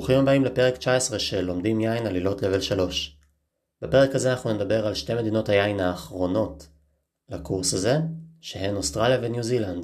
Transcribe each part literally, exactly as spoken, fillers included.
ברוכים הבאים לפרק תשע עשרה של לומדים יין עלילות לבל שלוש. בפרק הזה אנחנו נדבר על שתי מדינות היין האחרונות לקורס הזה, שהן אוסטרליה וניו זילנד.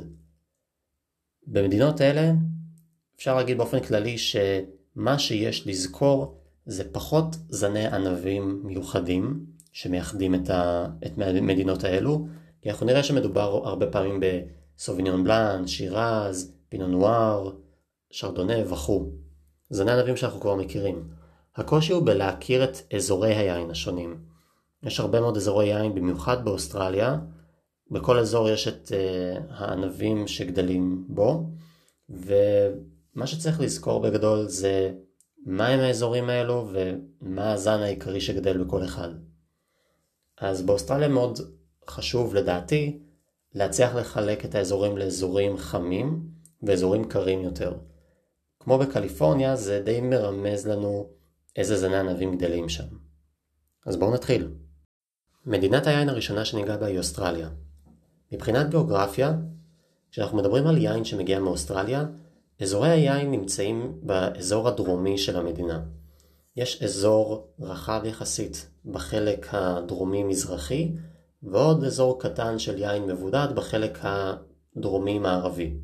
במדינות אלה אפשר להגיד באופן כללי שמה שיש לזכור זה פחות זני ענבים מיוחדים שמייחדים את, ה... את המדינות האלו, כי אנחנו נראה שמדובר הרבה פעמים בסוביניון בלאן, שירז, פינו נואר, שרדונה וכו'. זני ענבים שאנחנו כבר מכירים. הקושי הוא בלהכיר את אזורי היין השונים. יש הרבה מאוד אזורי יין, במיוחד באוסטרליה. בכל אזור יש את uh, הענבים שגדלים בו, ומה שצריך לזכור בגדול זה מהם האזורים האלו ומה הזן העיקרי שגדל בכל אחד. אז באוסטרליה מאוד חשוב לדעתי להצליח לחלק את האזורים לאזורים חמים ואזורים קרים יותר. כמו בקליפורניה, זה די מרמז לנו איזה זני ענבים גדלים שם. אז בואו נתחיל. מדינת היין הראשונה שניגע בה היא אוסטרליה. מבחינת גיאוגרפיה, כשאנחנו מדברים על יין שמגיע מאוסטרליה, אזורי היין נמצאים באזור הדרומי של המדינה. יש אזור רחב יחסית בחלק הדרומי-מזרחי, ועוד אזור קטן של יין מבודד בחלק הדרומי-מערבי.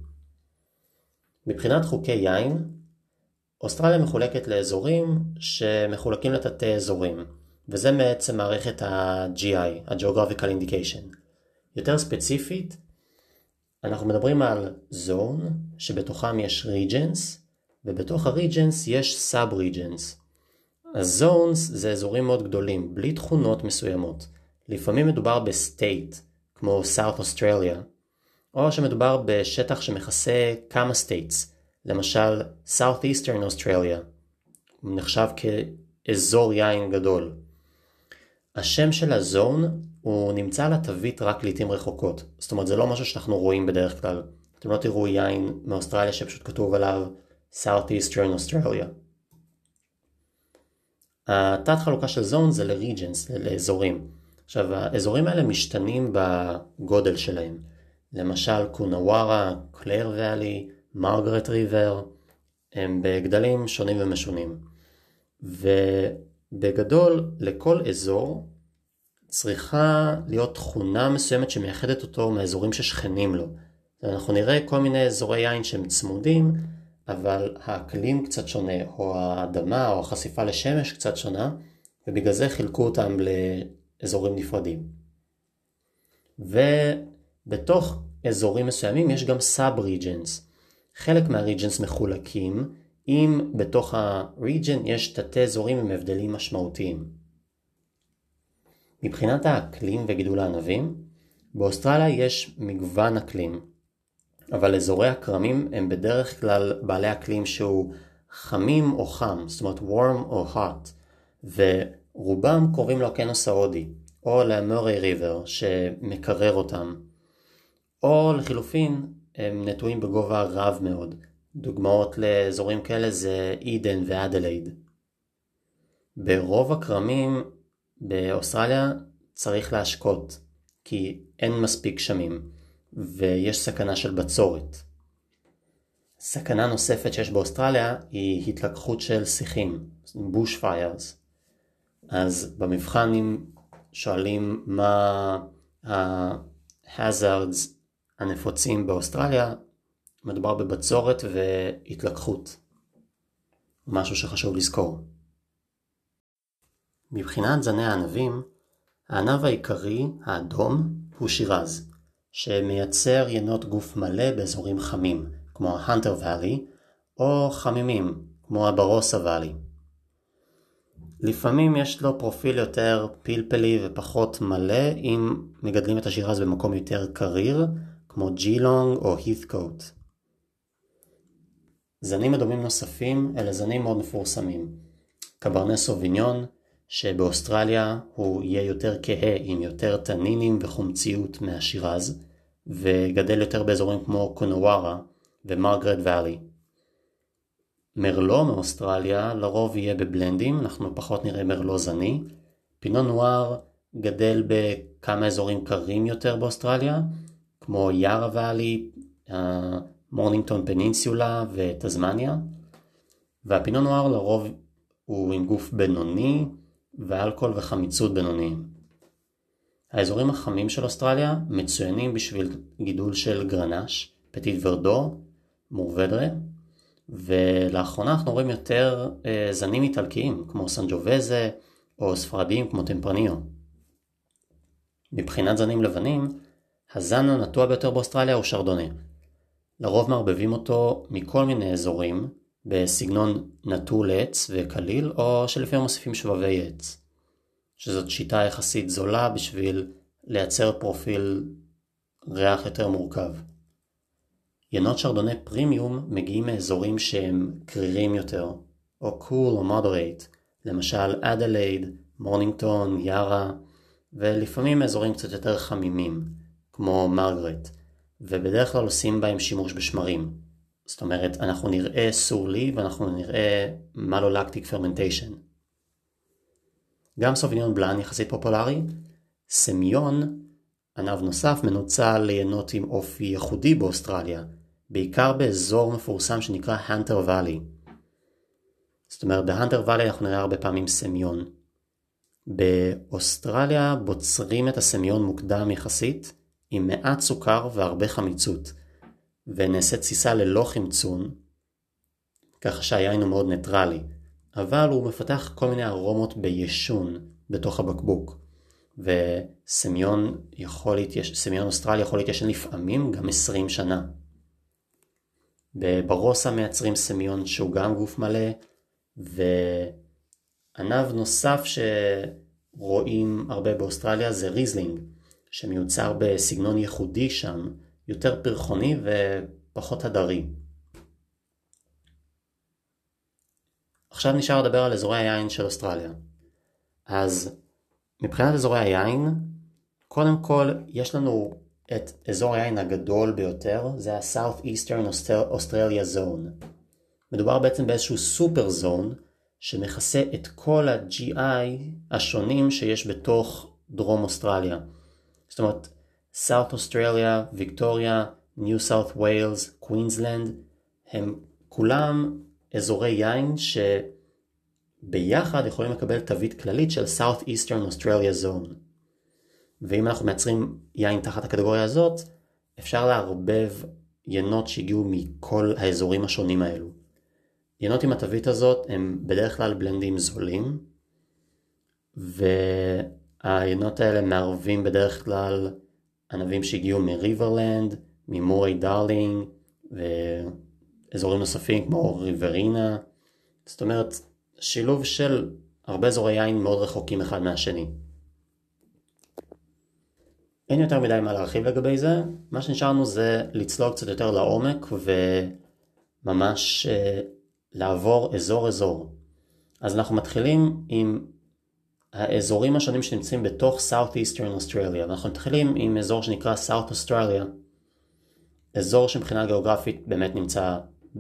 מבחינת חוקי יין, אוסטרליה מחולקת לאזורים שמחולקים לתתי אזורים, וזה בעצם מערכת ה-ג'י איי, ה-Geographical Indication. יותר ספציפית, אנחנו מדברים על זון, שבתוכם יש regions, ובתוך ה-regions יש sub-regions. ה-zones זה אזורים מאוד גדולים, בלי תכונות מסוימות. לפעמים מדובר ב-state, כמו South Australia, או שמדובר בשטח שמכסה כמה states, למשל Southeastern Australia, נחשב כאזור יין גדול. השם של הזון הוא נמצא על התווית רק לעתים רחוקות, זאת אומרת זה לא משהו שאנחנו רואים בדרך כלל. אתם לא תראו יין מאוסטרליה שפשוט כתוב עליו Southeastern Australia. התת חלוקה של זון זה ל-regions, לאזורים. עכשיו האזורים האלה משתנים בגודל שלהם. למשל קונאווארה, קלייר ואלי, מרגרט ריבר, הם בגדלים שונים ומשונים. ובגדול לכל אזור צריכה להיות תכונה מסוימת שמייחדת אותו מהאזורים ששכנים לו. אנחנו נראה כל מיני אזורי יין שהם צמודים, אבל האקלים קצת שונה, או האדמה או החשיפה לשמש קצת שונה, ובגלל זה חילקו אותם לאזורים נפרדים. ובתוך אזורים מסוימים יש גם סאב-ריג'נס. חלק מהריג'נס מחולקים, אם בתוך הריג'ן יש תתי אזורים עם הבדלים משמעותיים. מבחינת האקלים וגידול הענבים, באוסטרליה יש מגוון אקלים, אבל אזורי הקרמים הם בדרך כלל בעלי אקלים שהוא חמים או חם, זאת אומרת warm או hot, ורובם קוראים לאוקיינוס ההודי, או למורי ריבר שמקרר אותם. או לחילופין, הם נטועים בגובה רב מאוד. דוגמאות לאזורים כאלה זה אידן ואדלייד. ברוב הקרמים באוסטרליה צריך להשקות, כי אין מספיק גשמים, ויש סכנה של בצורת. סכנה נוספת שיש באוסטרליה היא התלקחות של שיחים, bush fires. אז במבחן אם שואלים מה ה-hazards הנפוצים באוסטרליה, מדובר בבצורת והתלקחות. משהו שחשוב לזכור. מבחינת זני הענבים, הענב העיקרי, האדום, הוא שירז, שמייצר ינות גוף מלא באזורים חמים, כמו ההנטר ואלי, או חמימים, כמו הברוסה ואלי. לפעמים יש לו פרופיל יותר פלפלי ופחות מלא, אם מגדלים את השירז במקום יותר קריר, כמו ג'ילונג או הית'קוט. זנים אדומים נוספים אלה זנים מאוד מפורסמים. קברנה סוביניון, שבאוסטרליה הוא יהיה יותר כהה עם יותר טנינים וחומציות מהשירז, וגדל יותר באזורים כמו קונאווארה ומרגרט ואלי. מרלו מאוסטרליה לרוב יהיה בבלנדים, אנחנו פחות נראה מרלו זני. פינו נואר גדל בכמה אזורים קרים יותר באוסטרליה, כמו יארה ואלי, מורנינגטון פנינסולה וטזמניה. והפינו נואר לרוב הוא עם גוף בינוני ואלכוהול וחמיצות בינוניים. האזורים החמים של אוסטרליה מצוינים בשביל גידול של גרנש, פטיט ורדו, מורבדרה, ולאחרונה אנחנו רואים יותר אה, זנים איטלקיים כמו סנג'ובזה או ספרדיים כמו טמפרניו. מבחינת זנים לבנים, הזן הנטוע ביותר באוסטרליה הוא שרדונה. לרוב מערבבים אותו מכל מיני אזורים בסגנון נטול עץ וקליל, או שלפעמים מוסיפים שבבי עץ, שזאת שיטה יחסית זולה בשביל לייצר פרופיל ריח יותר מורכב. ינות שרדונה פרימיום מגיעים מאזורים שהם קרירים יותר, או קול או מודרייט, למשל אדלייד, מורנינגטון, יארה, ולפעמים אזורים קצת יותר חמימים, כמו מרגרט, ובדרך כלל עושים בהם שימוש בשמרים. זאת אומרת, אנחנו נראה סורלי ואנחנו נראה מלולקטיק פרמנטיישן. גם סוביניון בלאן יחסית פופולרי. סמיון, ענב נוסף, מנוצל לינות עם אופי ייחודי באוסטרליה, בעיקר באזור מפורסם שנקרא הנטר ואלי. זאת אומרת, בהנטר ואלי אנחנו נראה הרבה פעמים סמיון. באוסטרליה בוצרים את הסמיון מוקדם יחסית, עם מעט סוכר והרבה חמיצות, ונעשית תסיסה ללא חמצון, ככה שהיין הוא מאוד ניטרלי, אבל הוא מפתח כל מיני ארומות בישון בתוך הבקבוק, וסמיון יכול להתייש... סמיון אוסטרלי יכול להתיישן לפעמים גם עשרים שנה. בברוסה מייצרים סמיון שהוא גם גוף מלא, וענב נוסף שרואים הרבה באוסטרליה זה ריזלינג, שמיוצר בסגנון ייחודי שם, יותר פרחוני ופחות הדרי. עכשיו נשאר לדבר על אזורי היין של אוסטרליה. אז מבחינת אזורי היין, קודם כל יש לנו את אזור היין הגדול ביותר, זה ה-South Eastern Australia Zone. מדובר בעצם באיזשהו סופר זון, שמכסה את כל ה-ג'י איי השונים שיש בתוך דרום אוסטרליה. זאת אומרת, South Australia, Victoria, New South Wales, Queensland, הם כולם אזורי יין שביחד יכולים לקבל תווית כללית של South Eastern Australia Zone. ואם אנחנו מייצרים יין תחת הקטגוריה הזאת, אפשר לערבב ינות שהגיעו מכל האזורים השונים האלו. ינות עם התווית הזאת הם בדרך כלל בלנדים זולים, והינות האלה מערבים בדרך כלל ענבים שהגיעו מריברלנד, ממורי דרלינג, ואזורים נוספים כמו ריברינה. זאת אומרת, שילוב של הרבה אזורי יין מאוד רחוקים אחד מהשני. אין יותר מדי מה להרחיב לגבי זה. מה שנשארנו זה לצלול קצת יותר לעומק וממש לעבור אזור אזור. אז אנחנו מתחילים עם האזורים השונים שנמצאים בתוך South Eastern Australia. ואנחנו מתחילים עם אזור שנקרא South Australia. אזור שמבחינה גיאוגרפית באמת נמצא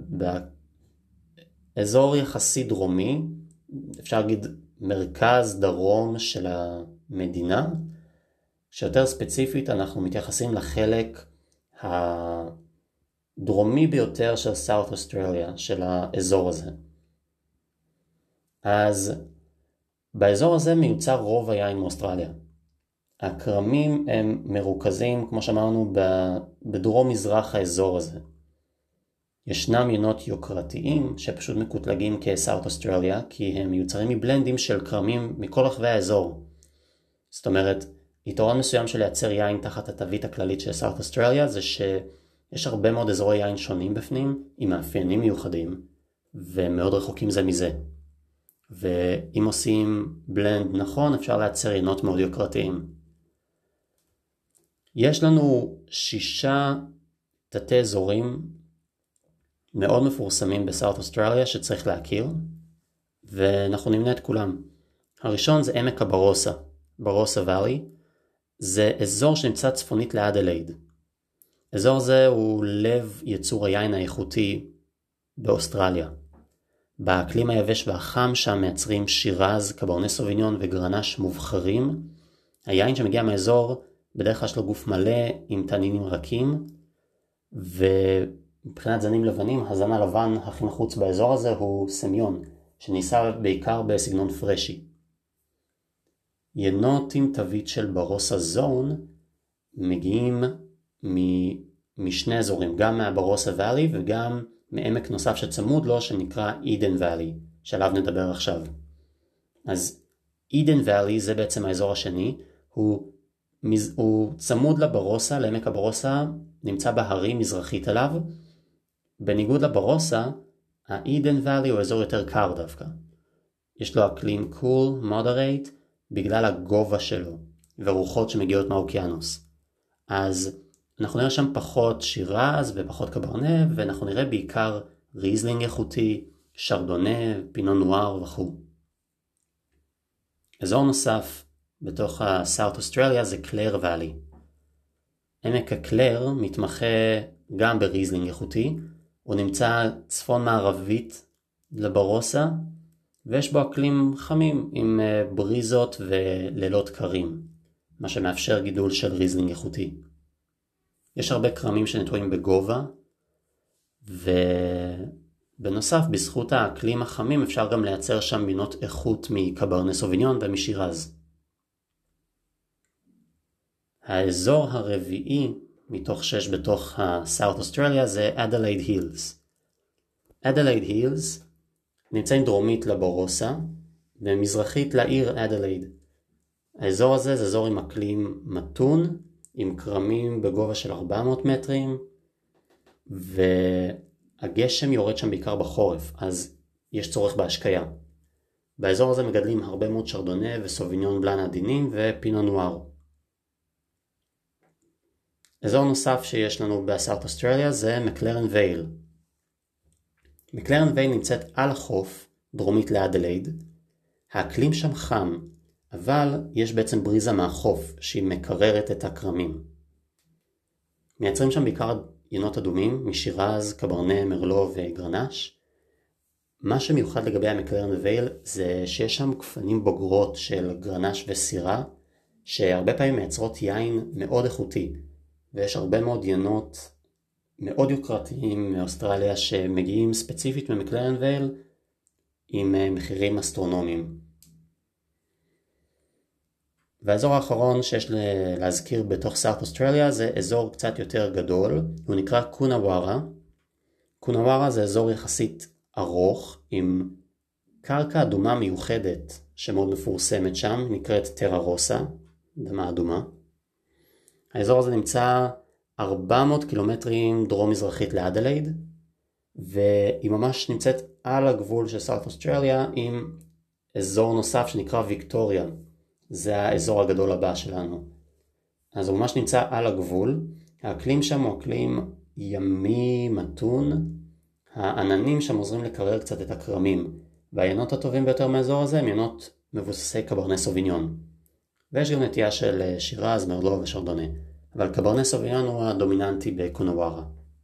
באזור יחסית דרומי, אפשר להגיד מרכז דרום של המדינה, שיותר ספציפית אנחנו מתייחסים לחלק הדרומי ביותר של South Australia, של האזור הזה. אז באזור הזה מיוצר רוב היין מאוסטרליה. הקרמים הם מרוכזים, כמו שאמרנו, בדרום מזרח האזור הזה. ישנם ינות יוקרתיים שפשוט מקוטלגים כ-South Australia, כי הם מיוצרים מבלנדים של קרמים מכל רחבי האזור. זאת אומרת, יתרון מסוים של לייצר יין תחת התווית הכללית של South Australia זה שיש הרבה מאוד אזורי יין שונים בפנים, עם מאפיינים מיוחדים, ומאוד רחוקים זה מזה. ואם עושים בלנד נכון, אפשר לייצר ינות מאוד יוקרתיים. יש לנו שישה תתי אזורים מאוד מפורסמים בסאות' אוסטרליה שצריך להכיר, ואנחנו נמנה את כולם. הראשון זה עמק הברוסה, ברוסה ואלי. זה אזור שנמצא צפונית לאדלייד. אזור זה הוא לב יצור היין האיכותי באוסטרליה. באקלים היבש והחם שם מייצרים שירז, קברנה סוביניון וגרנש מובחרים. היין שמגיע מהאזור בדרך כלל יש לו גוף מלא עם תנינים רכים, מבחינת זנים לבנים, הזן הלבן הכי נחוץ באזור הזה הוא סמיון, שניסה בעיקר בסגנון פרשי. ינות עם תווית של ברוסה זון מגיעים מ- משני אזורים, גם מהברוסה ואלי וגם מעמק נוסף שצמוד לו שנקרא אידן ואלי, שעליו נדבר עכשיו. אז אידן ואלי זה בעצם האזור השני, הוא, הוא צמוד לברוסה, לעמק הברוסה, נמצא בהרים מזרחית אליו. בניגוד לברוסה, האידן ואלי הוא אזור יותר קר דווקא. יש לו אקלים cool, moderate, בגלל הגובה שלו ורוחות שמגיעות מהאוקיינוס. אז אנחנו נראה שם פחות שירז ופחות קברנה, ואנחנו נראה בעיקר ריזלינג איכותי, שרדונה, פינו נואר וכו'. אזור נוסף בתוך הסאוט אוסטרליה זה קלר ואלי. עמק הקלר מתמחה גם בריזלינג איכותי, הוא נמצא צפון מערבית לברוסה, ויש בו אקלים חמים עם בריזות ולילות קרים, מה שמאפשר גידול של ריזלינג איכותי. יש הרבה קרמים שנטועים בגובה, ובנוסף, בזכות האקלים החמים אפשר גם לייצר שם מינות איכות מקברנה סוביניון ומשיר. האזור הרביעי מתוך שש בתוך הסאוט אוסטרליה זה אדלייד הילס. אדלייד הילס נמצאים דרומית לברוסה ומזרחית לעיר אדלייד. האזור הזה זה אזור עם אקלים מתון, עם קרמים בגובה של ארבע מאות מטרים, והגשם יורד שם בעיקר בחורף, אז יש צורך בהשקיה. באזור הזה מגדלים הרבה מאוד שרדונה וסוביניון בלאן עדינים ופינו נואר. אזור נוסף שיש לנו בסאוט אוסטרליה זה מקלרן וייל. מקלרן וייל נמצאת על החוף, דרומית לאדלייד. האקלים שם חם, אבל יש בעצם בריזה מהחוף שהיא מקררת את הקרמים. מייצרים שם בעיקר ינות אדומים משירז, קברנה, מרלו וגרנש. מה שמיוחד לגבי המקלרן וייל זה שיש שם גפנים בוגרות של גרנש וסירה, שהרבה פעמים מייצרות יין מאוד איכותי, ויש הרבה מאוד ינות מאוד יוקרתיים מאוסטרליה שמגיעים ספציפית ממקלרן וייל עם מחירים אסטרונומיים. והאזור האחרון שיש להזכיר בתוך סאוט אוסטרליה זה אזור קצת יותר גדול, הוא נקרא קונאווארה. קונאווארה זה אזור יחסית ארוך עם קרקע אדומה מיוחדת שמאוד מפורסמת שם, נקראת טרה רוסה, אדמה אדומה. האזור הזה נמצא ארבע מאות קילומטרים דרום מזרחית לאדלייד, והיא ממש נמצאת על הגבול של סאוט אוסטרליה עם אזור נוסף שנקרא ויקטוריה. זה האזור הגדול הבא שלנו. אז הוא ממש נמצא על הגבול. האקלים שם הוא אקלים ימי מתון. העננים שם עוזרים לקרר קצת את הקרמים. והעיינות הטובים ביותר מהאזור הזה הם עיינות מבוססי קברנה סוביניון. ויש גם נטייה של שירז, מרלו ושרדונה. אבל קברנה סוביניון הוא הדומיננטי בקונאווארה.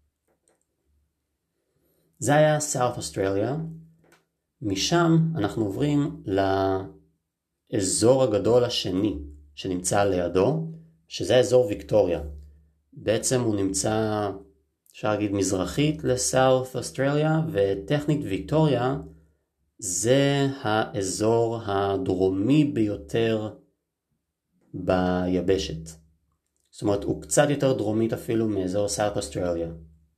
זה היה סאוט אוסטרליה. משם אנחנו עוברים לאזור הגדול השני שנמצא לידו, שזה אזור ויקטוריה. בעצם הוא נמצא, אפשר להגיד, מזרחית לסאוט אוסטרליה, וטכנית ויקטוריה זה האזור הדרומי ביותר ביבשת. זאת אומרת, הוא קצת יותר דרומית אפילו מאזור סאוט אוסטרליה.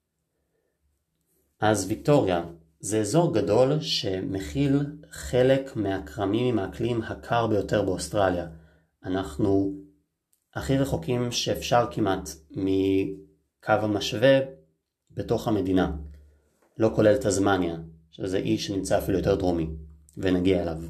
אז ויקטוריה זה אזור גדול שמכיל חלק מהקרמים עם האקלים הקר ביותר באוסטרליה. אנחנו הכי רחוקים שאפשר כמעט מקו המשווה בתוך המדינה. לא כולל תזמניה, שזה אי שנמצא אפילו יותר דרומי, ונגיע אליו.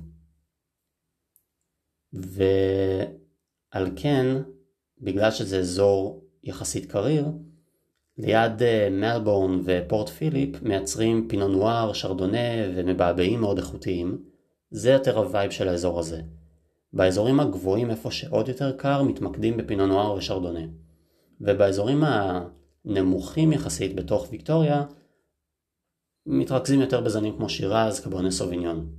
ועל כן, בגלל שזה אזור יחסית קריר, ליד מלבורן ופורט פיליפ מייצרים פינו נואר, שרדונה ומבעבעים מאוד איכותיים. זה יותר הווייב של האזור הזה. באזורים הגבוהים איפה שעוד יותר קר מתמקדים בפינו נואר ושרדונה. ובאזורים הנמוכים יחסית בתוך ויקטוריה מתרכזים יותר בזנים כמו שירז, קברנה סוביניון.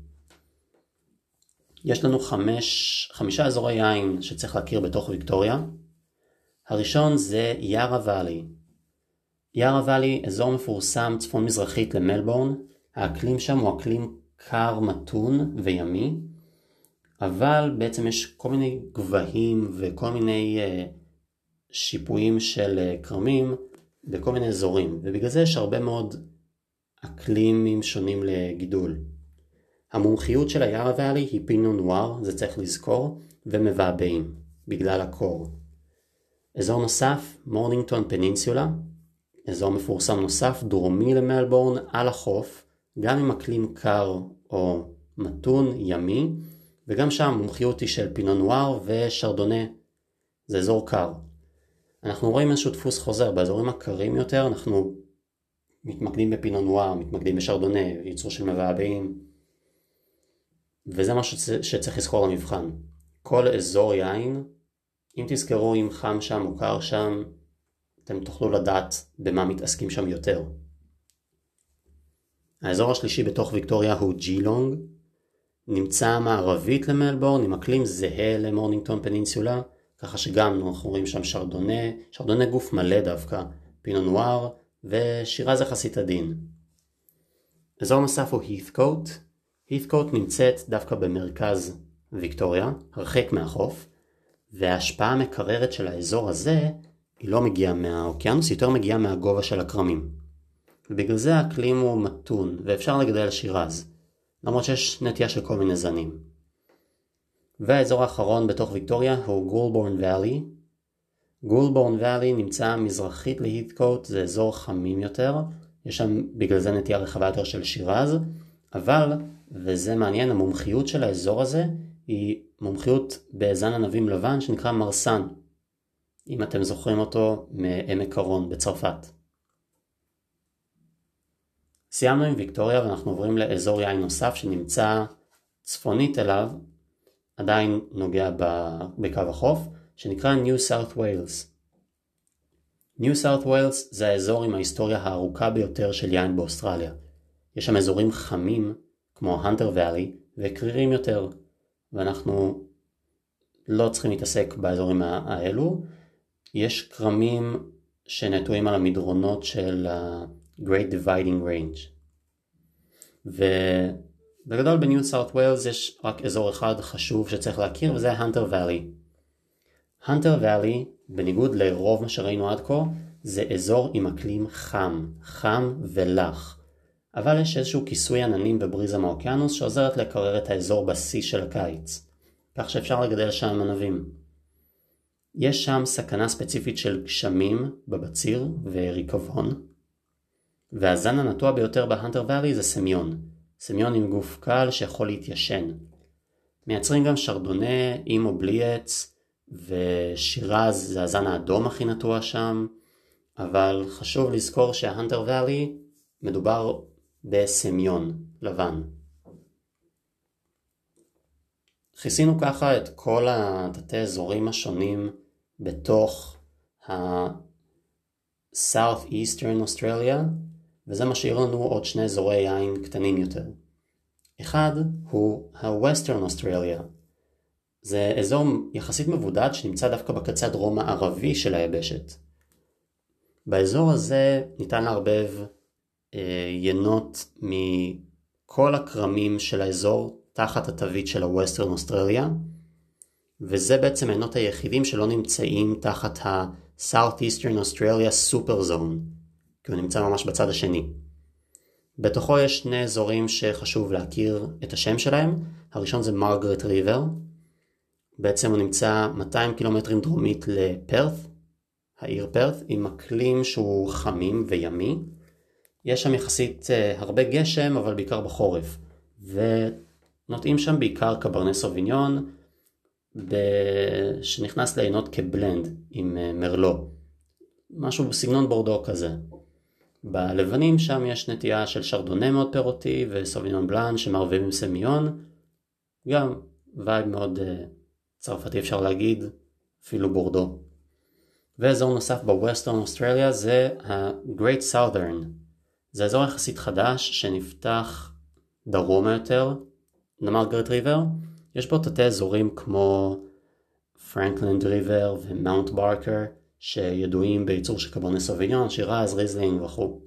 יש לנו חמש, חמישה אזורי יין שצריך להכיר בתוך ויקטוריה. הראשון זה יארה ואלי. יארה ואלי, אזור מפורסם צפון מזרחית למלבורן. האקלים שם הוא אקלים קר, מתון וימי, אבל בעצם יש כל מיני גבהים וכל מיני uh, שיפועים של uh, קרמים בכל מיני אזורים, ובגלל זה יש הרבה מאוד אקלימים שונים לגידול. המומחיות של היארה ואלי היא פינו נואר, זה צריך לזכור, ומבעבעים, בגלל הקור. אזור נוסף, מורנינגטון פנינסולה, אזור מפורסם נוסף, דרומי למלבורן, על החוף, גם עם אקלים קר או מתון, ימי, וגם שם מומחיות היא של פינו נואר ושרדונה, זה אזור קר. אנחנו רואים איזשהו דפוס חוזר, באזורים הקרים יותר אנחנו מתמקדים בפינו נואר, מתמקדים בשרדונה, ייצור של מבעבעים, וזה מה שצריך לזכור למבחן. כל אזור יין, אם תזכרו אם חם שם או קר שם, אתם תוכלו לדעת במה מתעסקים שם יותר. האזור השלישי בתוך ויקטוריה הוא ג'ילונג, נמצא מערבית למלבורן עם אקלים זהה למורנינגטון פנינסולה, ככה שגם אנחנו רואים שם שרדונה, שרדונה גוף מלא דווקא, פינו נואר ושירז יחסית עדין. אזור נוסף הוא הית'קוט. הית'קוט נמצאת דווקא במרכז ויקטוריה, הרחק מהחוף, וההשפעה המקררת של האזור הזה היא לא מגיעה מהאוקיינוס, יותר מגיעה מהגובה של הקרמים. ובגלל זה האקלים הוא מתון, ואפשר לגדל שירז, למרות שיש נטייה של כל מיני זנים. והאזור האחרון בתוך ויקטוריה הוא גולבורן ואלי. גולבורן ואלי נמצא מזרחית להית'קוט, זה אזור חמים יותר, יש שם בגלל זה נטייה רחבה יותר של שירז, אבל, וזה מעניין, המומחיות של האזור הזה היא מומחיות בזן ענבים לבן שנקרא מרסן, אם אתם זוכרים אותו מעמק קרון בצרפת. סיימנו עם ויקטוריה ואנחנו עוברים לאזור יין נוסף שנמצא צפונית אליו, עדיין נוגע בקו החוף, שנקרא New South Wales. New South Wales זה האזור עם ההיסטוריה הארוכה ביותר של יין באוסטרליה. יש שם אזורים חמים כמו הנטר ואלי וקרירים יותר, ואנחנו לא צריכים להתעסק באזורים האלו. יש קרמים שנטועים על המדרונות של ה-Great Dividing Range. ובגדול בניו סאות' ווילס יש רק אזור אחד חשוב שצריך להכיר, וזה הנטר ואלי. הנטר ואלי, בניגוד לרוב מה שראינו עד כה, זה אזור עם אקלים חם, חם ולח. אבל יש איזשהו כיסוי עננים ובריזה מהאוקיינוס שעוזרת לקרר את האזור בשיא של הקיץ, כך שאפשר לגדל שם ענבים. יש שם סכנה ספציפית של גשמים בבציר וריקבון, והזן הנטוע ביותר בהנטר ואלי זה סמיון. סמיון עם גוף קל שיכול להתיישן. מייצרים גם שרדונה עם או בלי עץ, ושירז זה הזן האדום הכי נטוע שם, אבל חשוב לזכור שההנטר ואלי מדובר בסמיון לבן. כיסינו ככה את כל התתי אזורים השונים בתוך ה-South Eastern Australia, וזה משאיר לנו עוד שני אזורי יין קטנים יותר. אחד הוא ה-Western Australia. זה אזור יחסית מבודד שנמצא דווקא בקצה הדרום מערבי של היבשת. באזור הזה ניתן לערבב אה, ינות מכל הקרמים של האזור תחת התווית של ה-Western Australia, וזה בעצם הינות היחידים שלא נמצאים תחת ה-South Eastern Australia Super Zone, כי הוא נמצא ממש בצד השני. בתוכו יש שני אזורים שחשוב להכיר את השם שלהם. הראשון זה מרגרט ריבר, בעצם הוא נמצא מאתיים קילומטרים דרומית לפרת, העיר פרת, עם אקלים שהוא חמים וימי. יש שם יחסית הרבה גשם, אבל בעיקר בחורף, ונוטעים שם בעיקר קברנה סוביניון, שנכנס לעינות כבלנד עם מרלו, משהו בסגנון בורדו כזה. בלבנים שם יש נטייה של שרדונה מאוד פירותי וסוביניון בלאן שמערבבים עם סמיון, גם וייב מאוד צרפתי אפשר להגיד, אפילו בורדו. ואזור נוסף בווסטרן אוסטרליה זה ה-Great Southern. זה אזור יחסית חדש שנפתח דרומה יותר למרגרט ריבר. יש בו תתי אזורים כמו פרנקלנד ריבר ומאונט ברקר, שידועים בייצור של קברני סוביניון, שירז, ריזלינג וכו'.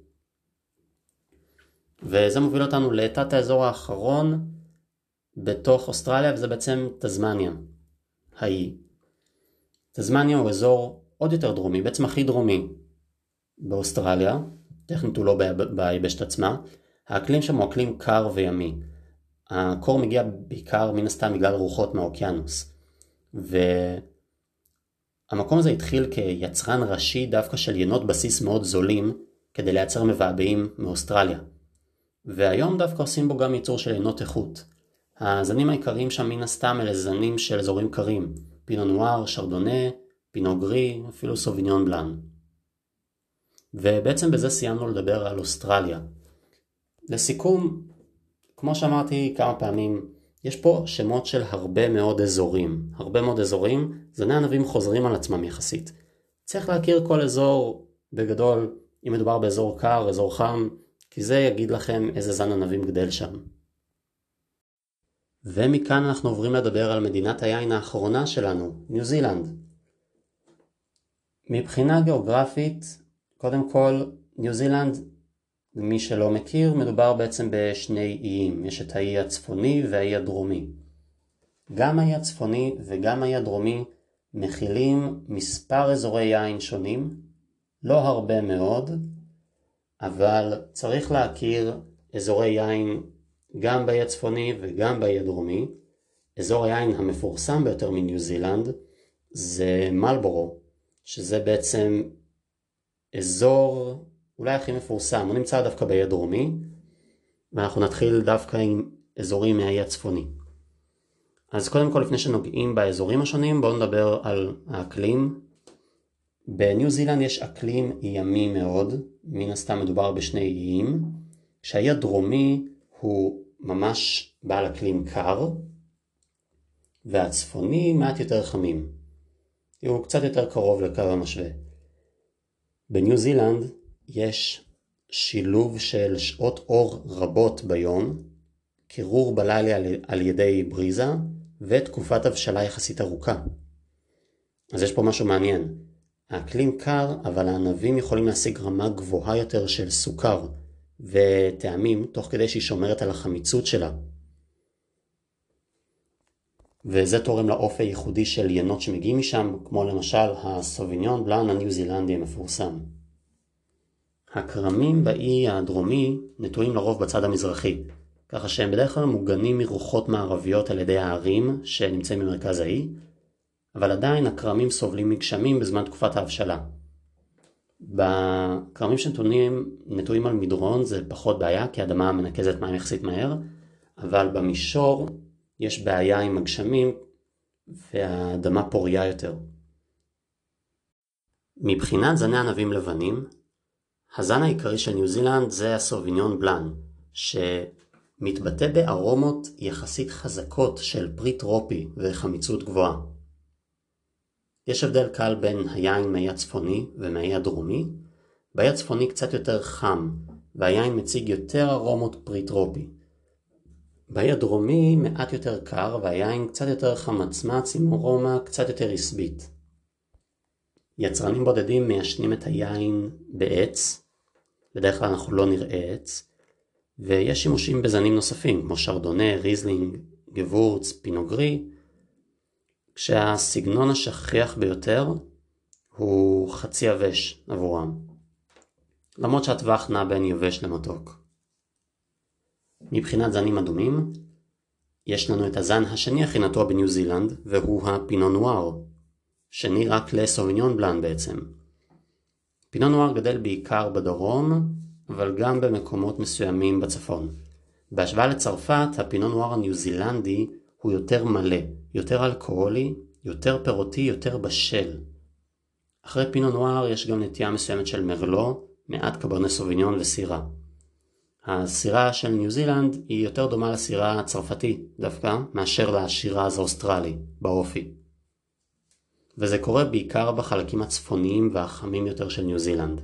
וזה מוביל אותנו לתת האזור האחרון בתוך אוסטרליה, וזה בעצם תזמניה, האי. תזמניה הוא אזור עוד יותר דרומי, בעצם הכי דרומי באוסטרליה, טכנית הוא לא ביבשת עצמה. האקלים שם הוא אקלים קר וימי. הקור מגיע בעיקר מן הסתם בגלל רוחות מהאוקיינוס. והמקום הזה התחיל כיצרן ראשי דווקא של ינות בסיס מאוד זולים כדי לייצר מבעבעים מאוסטרליה. והיום דווקא עושים בו גם ייצור של ינות איכות. הזנים העיקריים שם מן הסתם אלה זנים של אזורים קרים. פינו נואר, שרדונה, פינו גרי, אפילו סוביניון בלאן. ובעצם בזה סיימנו לדבר על אוסטרליה. לסיכום, כמו שאמרתי כמה פעמים, יש פה שמות של הרבה מאוד אזורים. הרבה מאוד אזורים, זני ענבים חוזרים על עצמם יחסית. צריך להכיר כל אזור בגדול, אם מדובר באזור קר, אזור חם, כי זה יגיד לכם איזה זן ענבים גדל שם. ומכאן אנחנו עוברים לדבר על מדינת היין האחרונה שלנו, ניו זילנד. מבחינה גיאוגרפית, קודם כל, ניו זילנד, מי שלא מכיר, מדובר בעצם בשני איים. יש את האי הצפוני והאי הדרומי. גם האי הצפוני וגם האי הדרומי מכילים מספר אזורי יין שונים, לא הרבה מאוד, אבל צריך להכיר אזורי יין גם באי הצפוני וגם באי הדרומי. אזור היין המפורסם ביותר מניו זילנד זה מלבורו, שזה בעצם אזור אולי הכי מפורסם. הוא נמצא דווקא באי הדרומי, ואנחנו נתחיל דווקא עם אזורים מהאי הצפוני. אז קודם כל, לפני שנוגעים באזורים השונים, בואו נדבר על האקלים. בניו זילנד יש אקלים ימי מאוד, מן הסתם מדובר בשני איים, שהאי הדרומי הוא ממש בעל אקלים קר, והצפוני מעט יותר חמים. הוא קצת יותר קרוב לקו המשווה. בניו זילנד יש שילוב של שעות אור רבות ביום, קירור בלילה על ידי בריזה, ותקופת הבשלה יחסית ארוכה. אז יש פה משהו מעניין. האקלים קר, אבל הענבים יכולים להשיג רמה גבוהה יותר של סוכר וטעמים, תוך כדי שהיא שומרת על החמיצות שלה. וזה תורם לאופי ייחודי של ינות שמגיעים משם, כמו למשל הסוביניון בלאן הניו זילנדי המפורסם. הכרמים באי הדרומי נטועים לרוב בצד המזרחי, ככה שהם בדרך כלל מוגנים מרוחות מערביות על ידי הערים שנמצאים במרכז האי, אבל עדיין הכרמים סובלים מגשמים בזמן תקופת ההבשלה. בכרמים שנטועים נטועים על מדרון זה פחות בעיה, כי האדמה מנקזת מים יחסית מהר, אבל במישור יש בעיה עם הגשמים והאדמה פוריה יותר. מבחינת זני ענבים לבנים, הזן העיקרי של ניו זילנד זה הסוביניון בלאן, שמתבטא בארומות יחסית חזקות של פרי טרופי וחמיצות גבוהה. יש הבדל קל בין היין מהאי הצפוני ומהאי הדרומי. באי הצפוני קצת יותר חם, והיין מציג יותר ארומות פרי טרופי. באי הדרומי מעט יותר קר, והיין קצת יותר חמצמץ עם ארומה קצת יותר עשבית. יצרנים בודדים מיישנים את היין בעץ, בדרך כלל אנחנו לא נראה עץ, ויש שימושים בזנים נוספים כמו שרדונה, ריזלינג, גבורץ, פינו גרי, כשהסגנון השכיח ביותר הוא חצי יבש עבורם, למרות שהטווח נע בין יבש למתוק. מבחינת זנים אדומים, יש לנו את הזן השני הכי נטוע בניו זילנד, והוא הפינו נואר, שני רק לסוביניון בלאן בעצם. פינו נואר גדל בעיקר בדרום, אבל גם במקומות מסוימים בצפון. בהשוואה לצרפת, הפינו נואר הניו זילנדי הוא יותר מלא, יותר אלכוהולי, יותר פירותי, יותר בשל. אחרי פינו נואר יש גם נטייה מסוימת של מרלו, מעט קברנה סוביניון וסירה. הסירה של ניו זילנד היא יותר דומה לסירה הצרפתי דווקא, מאשר לשירז האוסטרלי באופי. וזה קורה בעיקר בחלקים הצפוניים והחמים יותר של ניו זילנד.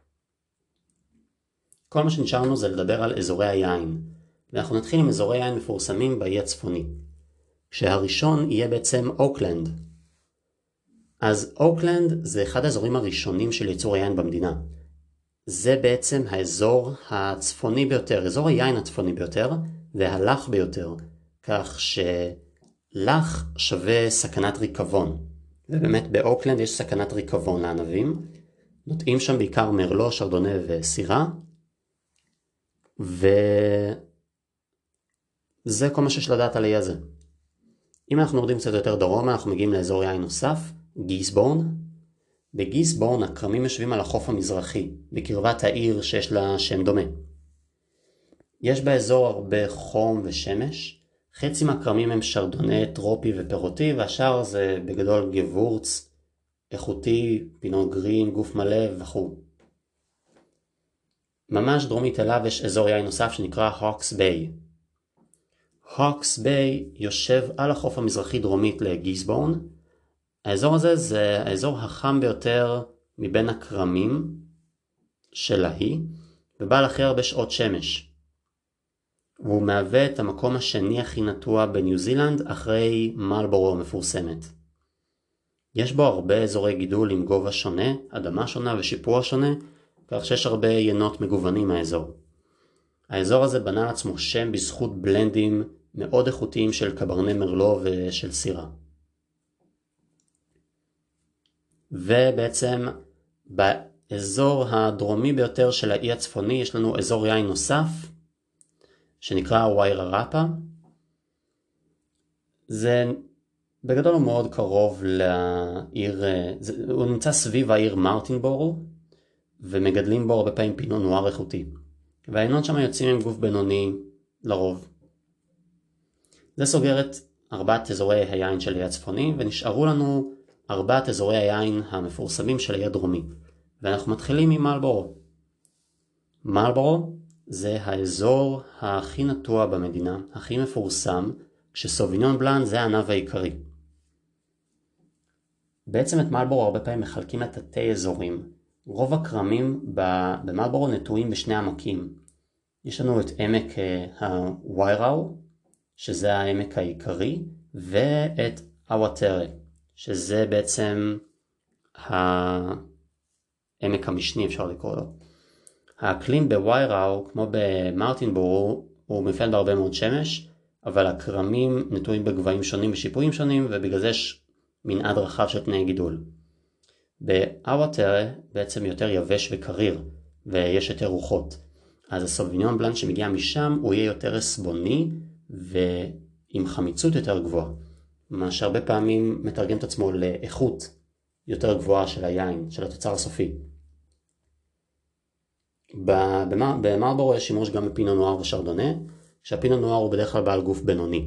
כל מה שנשארנו זה לדבר על אזורי היין, ואנחנו נתחיל עם אזורי יין מפורסמים באי הצפוני. כשהראשון יהיה בעצם אוקלנד. אז אוקלנד זה אחד האזורים הראשונים של ייצור היין במדינה. זה בעצם האזור הצפוני ביותר, אזור היין הצפוני ביותר והלח ביותר, כך שלח שווה סכנת ריקבון. ובאמת באוקלנד יש סכנת ריקבון לענבים. נוטעים שם בעיקר מרלו, שרדונה וסירה. וזה כל מה שיש לדעת על האי הזה. אם אנחנו יורדים קצת יותר דרומה, אנחנו מגיעים לאזור יין נוסף, גיסבורן. בגיסבורן הכרמים יושבים על החוף המזרחי, בקרבת העיר שיש לה שם דומה. יש באזור הרבה חום ושמש. חצי מהכרמים הם שרדונה, טרופי ופירותי, והשאר זה בגדול גבורץ, איכותי, פינות גרין, גוף מלא וכו'. ממש דרומית אליו יש אזור יין נוסף שנקרא הוקס ביי. הוקס ביי יושב על החוף המזרחי דרומית לגיסבורן. האזור הזה זה האזור החם ביותר מבין הכרמים של ההיא, ובעל הכי הרבה שעות שמש. והוא מהווה את המקום השני הכי נטוע בניו זילנד אחרי מלבורו המפורסמת. יש בו הרבה אזורי גידול עם גובה שונה, אדמה שונה ושיפוע שונה, כך שיש הרבה ינות מגוונים מהאזור. האזור הזה בנה לעצמו שם בזכות בלנדים מאוד איכותיים של קברנה מרלו ושל סירה. ובעצם באזור הדרומי ביותר של האי הצפוני יש לנו אזור יין נוסף שנקרא וייראראפה. זה בגדול הוא מאוד קרוב לעיר, זה, הוא נמצא סביב העיר מרטינבורו, ומגדלים בו הרבה פעמים פינו נואר איכותי. והעינות שם יוצאים עם גוף בינוני לרוב. זה סוגר את ארבעת אזורי היין של האי הצפוני, ונשארו לנו ארבעת אזורי היין המפורסמים של האי הדרומי. ואנחנו מתחילים עם מלבורו. מלבורו זה האזור הכי נטוע במדינה, הכי מפורסם, כשסוביניון בלאן זה הענב העיקרי. בעצם את מלבורו הרבה פעמים מחלקים לתתי אזורים. רוב הכרמים במלבורו נטועים בשני עמקים. יש לנו את עמק הווייראו, שזה העמק העיקרי, ואת אוואטרה, שזה בעצם העמק המשני אפשר לקרוא לו. האקלים בווייראו, כמו במרטינבורו, הוא מפעל בהרבה מאוד שמש, אבל הכרמים נטועים בגבהים שונים ושיפועים שונים, ובגלל זה יש מנעד רחב של תנאי גידול. באוואטרה בעצם יותר יבש וקריר, ויש יותר רוחות. אז הסוביניון בלאן שמגיע משם הוא יהיה יותר עסבוני ועם חמיצות יותר גבוהה, מה שהרבה פעמים מתרגם את עצמו לאיכות יותר גבוהה של היין, של התוצר הסופי. במלבורו יש שימוש גם בפינו נואר ושרדונה, שהפינו נואר הוא בדרך כלל בעל גוף בינוני.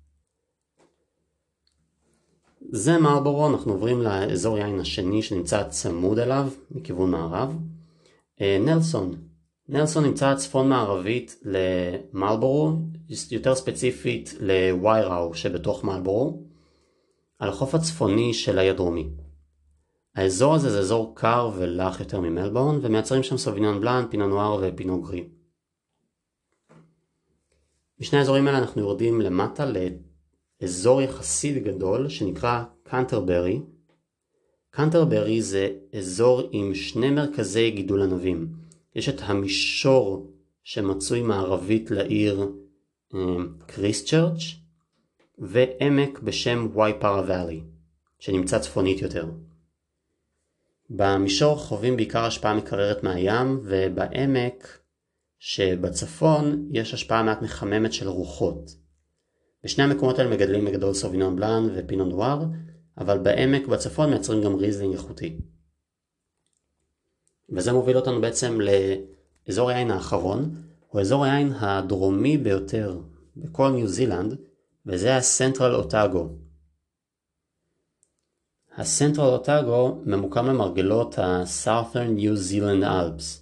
זה מלבורו, אנחנו עוברים לאזור יין השני שנמצא צמוד אליו מכיוון מערב. נלסון. נלסון נמצא צפון מערבית למלבורו, יותר ספציפית לווייראו שבתוך מלבורו, על החוף הצפוני של האי הדרומי. האזור הזה זה אזור קר ולח יותר ממלבורן, ומייצרים שם סוביניון בלאן, פינו נואר ופינו גרי. בשני האזורים האלה אנחנו יורדים למטה לאזור יחסית גדול שנקרא קנטרברי. קנטרברי זה אזור עם שני מרכזי גידול ענבים. יש את המישור שמצוי מערבית לעיר קריסטצ'רץ', ועמק בשם וייפרה ואלי, שנמצא צפונית יותר. במישור חווים בעיקר השפעה מקררת מהים, ובעמק שבצפון יש השפעה מעט מחממת של רוחות. בשני המקומות האלה מגדלים בגדול סוביניון בלאן ופינו נואר, אבל בעמק בצפון מייצרים גם ריזלינג איכותי. וזה מוביל אותנו בעצם לאזור היין האחרון, הוא אזור היין הדרומי ביותר בכל ניו זילנד, וזה הסנטרל אוטאגו. הסנטרל אוטאגו ממוקם למרגלות ה-Southern New Zealand Alps.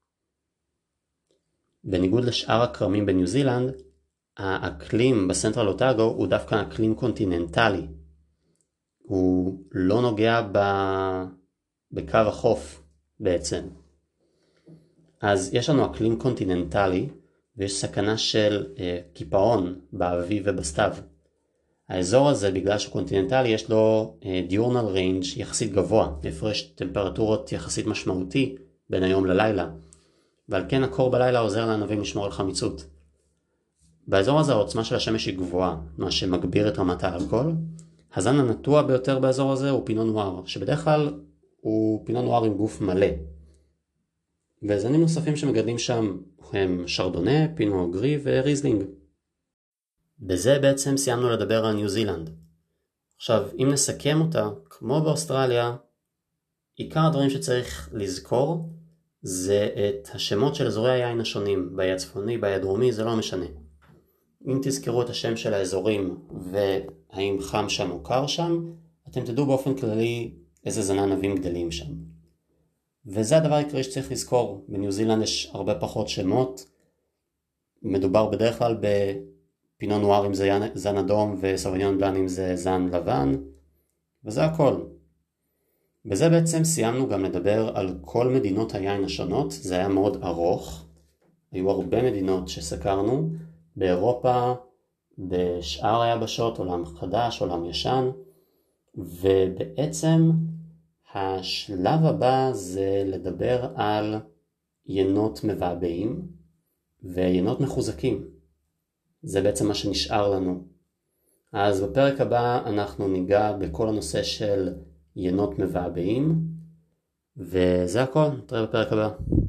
בניגוד לשאר הכרמים בניו זילנד, האקלים בסנטרל אוטאגו הוא דווקא אקלים קונטיננטלי. הוא לא נוגע ב... בקו החוף בעצם. אז יש לנו אקלים קונטיננטלי, ויש סכנה של אה, קיפאון באביב ובסתיו. האזור הזה, בגלל שהוא קונטיננטלי, יש לו דיורנל ריינג' יחסית גבוה, הפרש טמפרטורות יחסית משמעותי בין היום ללילה, ועל כן הקור בלילה עוזר לענבים לשמור על חמיצות. באזור הזה העוצמה של השמש היא גבוהה, מה שמגביר את רמת האלכוהול. הזן הנטוע ביותר באזור הזה הוא פינו נואר, שבדרך כלל הוא פינו נואר עם גוף מלא. וזנים נוספים שמגדלים שם הם שרדונה, פינו גרי וריזלינג. בזה בעצם סיימנו לדבר על ניו זילנד. עכשיו, אם נסכם אותה, כמו באוסטרליה, עיקר הדברים שצריך לזכור זה את השמות של אזורי היין השונים, באי הצפוני, באי הדרומי, זה לא משנה. אם תזכרו את השם של האזורים והאם חם שם או קר שם, אתם תדעו באופן כללי איזה זני ענבים גדלים שם. וזה הדבר העיקרי שצריך לזכור. בניו זילנד יש הרבה פחות שמות. מדובר בדרך כלל בפינו נואר אם זה זן אדום וסוביניון בלאן אם זה זן לבן. וזה הכל. בזה בעצם סיימנו גם לדבר על כל מדינות היין השונות. זה היה מאוד ארוך. היו הרבה מדינות שסקרנו. באירופה, בשאר היבשות, עולם חדש, עולם ישן. ובעצם השלב הבא זה לדבר על ינות מבעבעים וינות מחוזקים. זה בעצם מה שנשאר לנו. אז בפרק הבא אנחנו ניגע בכל הנושא של ינות מבעבעים, וזה הכל. נתראה בפרק הבא.